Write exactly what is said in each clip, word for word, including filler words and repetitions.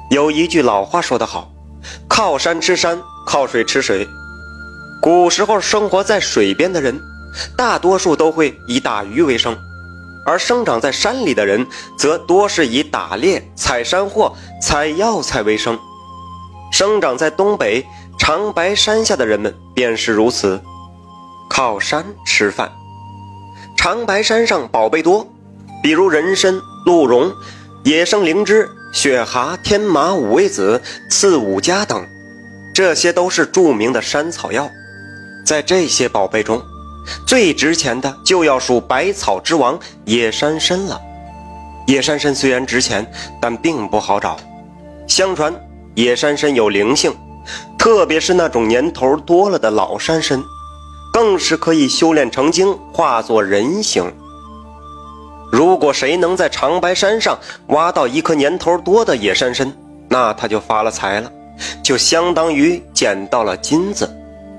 有一句老话说得好，靠山吃山，靠水吃水。古时候生活在水边的人，大多数都会以打鱼为生，而生长在山里的人则多是以打猎、采山货、采药材为生。生长在东北长白山下的人们便是如此，靠山吃饭。长白山上宝贝多，比如人参、鹿茸、野生灵芝、雪蛤、天麻、五味子、刺五加等，这些都是著名的山草药。在这些宝贝中，最值钱的就要数百草之王野山参了。野山参虽然值钱，但并不好找。相传野山参有灵性，特别是那种年头多了的老山参，更是可以修炼成精，化作人形。如果谁能在长白山上挖到一颗年头多的野山参，那他就发了财了，就相当于捡到了金子。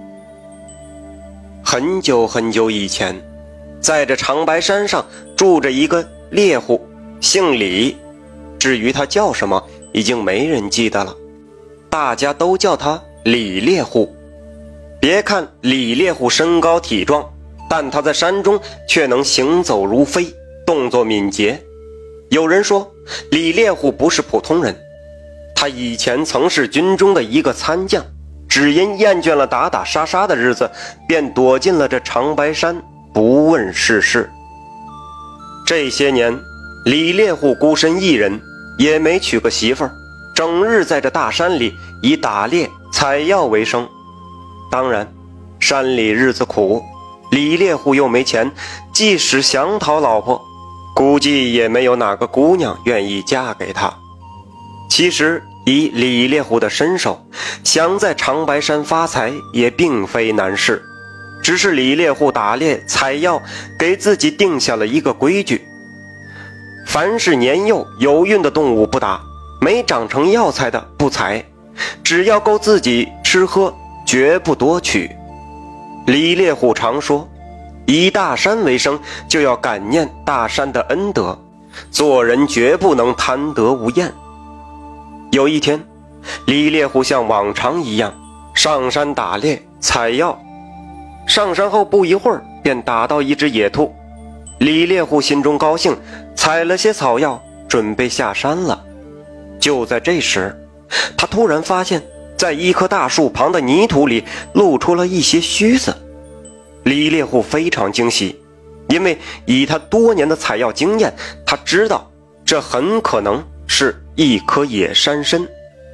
很久很久以前，在这长白山上住着一个猎户，姓李，至于他叫什么已经没人记得了，大家都叫他李猎户。别看李猎户身高体壮，但他在山中却能行走如飞，动作敏捷。有人说李猎户不是普通人，他以前曾是军中的一个参将，只因厌倦了打打杀杀的日子，便躲进了这长白山，不问世事。这些年李猎户孤身一人，也没娶个媳妇儿，整日在这大山里以打猎采药为生。当然山里日子苦，李猎户又没钱，即使想讨老婆，估计也没有哪个姑娘愿意嫁给他。其实以李猎户的身手，想在长白山发财也并非难事，只是李猎户打猎采药给自己定下了一个规矩：凡是年幼有孕的动物不打，没长成药材的不采，只要够自己吃喝，绝不多取。李猎户常说，以大山为生，就要感念大山的恩德，做人绝不能贪得无厌。有一天，李猎户像往常一样上山打猎采药，上山后不一会儿便打到一只野兔。李猎户心中高兴，采了些草药，准备下山了。就在这时，他突然发现在一棵大树旁的泥土里露出了一些须子。李猎户非常惊喜，因为以他多年的采药经验，他知道这很可能是一颗野山参。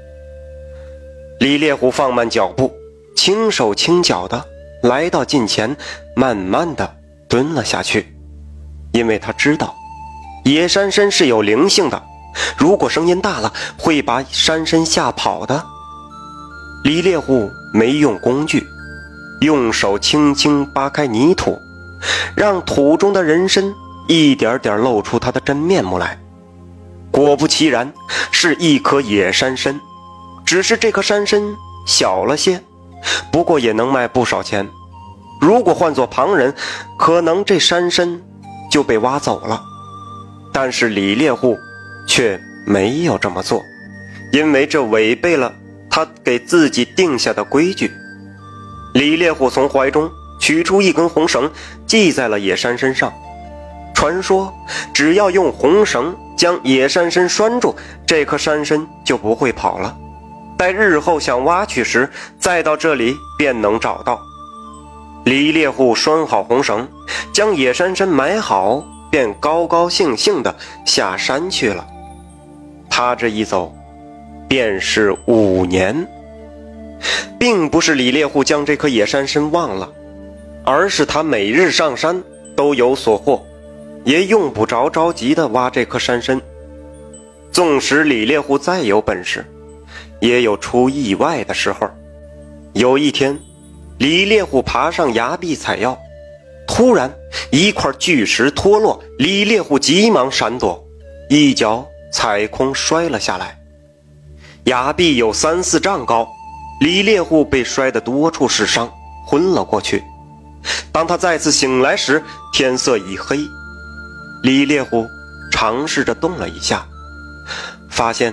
李猎户放慢脚步，轻手轻脚的来到近前，慢慢的蹲了下去，因为他知道野山参是有灵性的，如果声音大了会把山参吓跑的。李猎户没用工具，用手轻轻扒开泥土，让土中的人参一点点露出它的真面目来。果不其然，是一颗野山参，只是这颗山参小了些，不过也能卖不少钱。如果换作旁人，可能这山参就被挖走了。但是李猎户却没有这么做，因为这违背了他给自己定下的规矩。李猎户从怀中取出一根红绳，系在了野山参上。传说只要用红绳将野山参拴住，这颗山参就不会跑了，待日后想挖取时，再到这里便能找到。李猎户拴好红绳，将野山参埋好，便高高兴兴地下山去了。他这一走便是五年。并不是李猎户将这颗野山参忘了，而是他每日上山都有所获，也用不着着急地挖这颗山参。纵使李猎户再有本事，也有出意外的时候。有一天，李猎户爬上崖壁采药，突然一块巨石脱落，李猎户急忙闪躲，一脚踩空摔了下来。崖壁有三四丈高，李猎户被摔得多处是伤，昏了过去。当他再次醒来时，天色已黑。李猎户尝试着动了一下，发现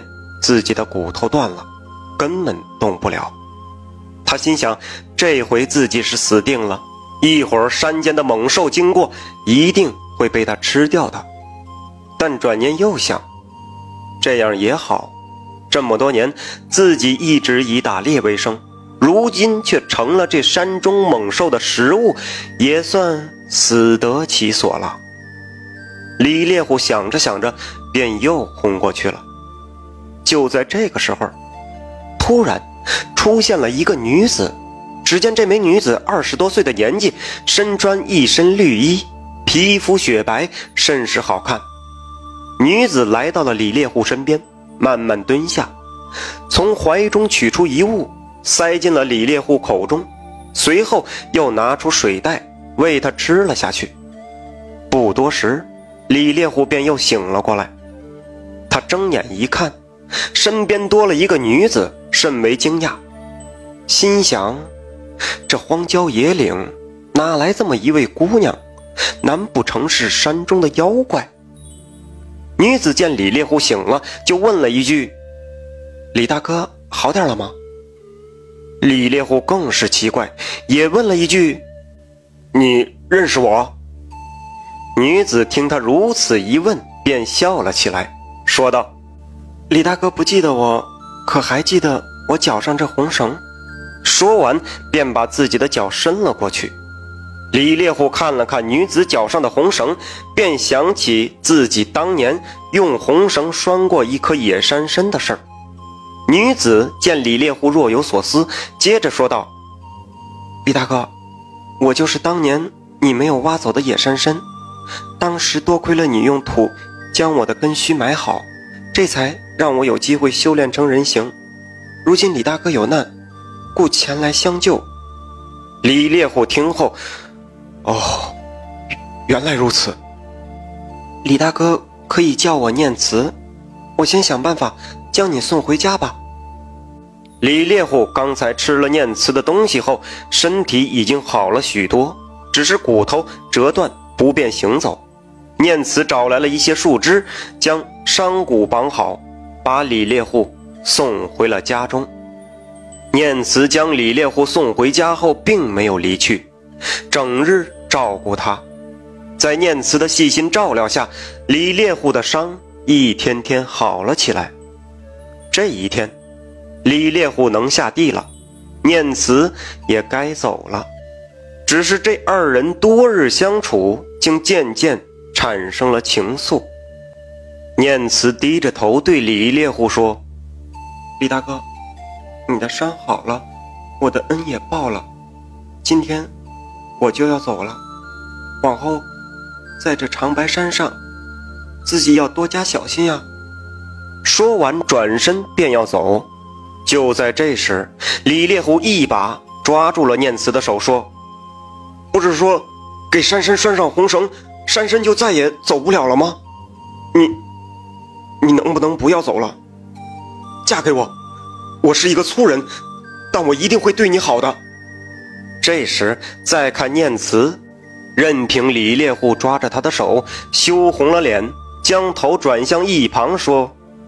自己的骨头断了，根本动不了。他心想，这回自己是死定了，一会儿山间的猛兽经过，一定会被他吃掉的。但转念又想，这样也好，这么多年自己一直以打猎为生，如今却成了这山中猛兽的食物，也算死得其所了。李猎户想着想着，便又昏过去了。就在这个时候，突然出现了一个女子。只见这名女子二十多岁的年纪，身穿一身绿衣，皮肤雪白，甚是好看。女子来到了李猎户身边，慢慢蹲下，从怀中取出一物，塞进了李猎户口中，随后又拿出水袋喂他吃了下去。不多时，李猎户便又醒了过来。他睁眼一看，身边多了一个女子，甚为惊讶，心想，这荒郊野岭哪来这么一位姑娘？难不成是山中的妖怪？女子见李猎户醒了，就问了一句：“李大哥，好点了吗？”李猎户更是奇怪，也问了一句：“你认识我？”女子听他如此一问，便笑了起来，说道：“李大哥不记得我，可还记得我脚上这红绳？”说完便把自己的脚伸了过去。李猎户看了看女子脚上的红绳，便想起自己当年用红绳拴过一棵野山参的事儿。女子见李猎户若有所思，接着说道：“李大哥，我就是当年你没有挖走的野山参，当时多亏了你用土将我的根须埋好，这才让我有机会修炼成人形。如今李大哥有难，故前来相救。”李猎户听后，哦，原来如此。李大哥可以叫我念慈，我先想办法将你送回家吧。李猎户刚才吃了念慈的东西后，身体已经好了许多，只是骨头折断，不便行走。念慈找来了一些树枝，将伤骨绑好，把李猎户送回了家中。念慈将李猎户送回家后，并没有离去，整日照顾他。在念慈的细心照料下，李猎户的伤一天天好了起来。这一天，李猎户能下地了，念慈也该走了。只是这二人多日相处，竟渐渐产生了情愫。念慈低着头对李猎户说：“李大哥，你的伤好了，我的恩也报了，今天我就要走了，往后在这长白山上自己要多加小心呀。”说完转身便要走。就在这时，李猎户一把抓住了念慈的手，说：“不是说给珊珊拴上红绳，珊珊就再也走不了了吗？你你能不能不要走了？嫁给我，我是一个粗人，但我一定会对你好的。”这时再看念慈，任凭李猎户抓着他的手，羞红了脸，将头转向一旁说：“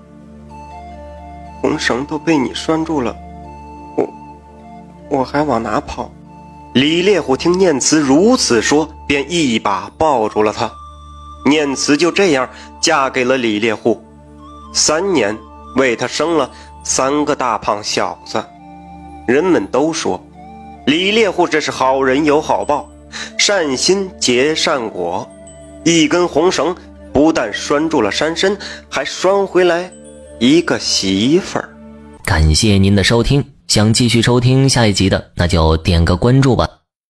红绳都被你拴住了，我我还往哪跑？”李猎户听念慈如此说，便一把抱住了他。念慈就这样嫁给了李猎户，三年为他生了三个大胖小子。人们都说李猎户这是好人有好报，善心结善果。一根红绳不但拴住了珊珊，还拴回来一个媳妇儿。 感谢您的收听，想继续收听下一集的，那就点个关注吧。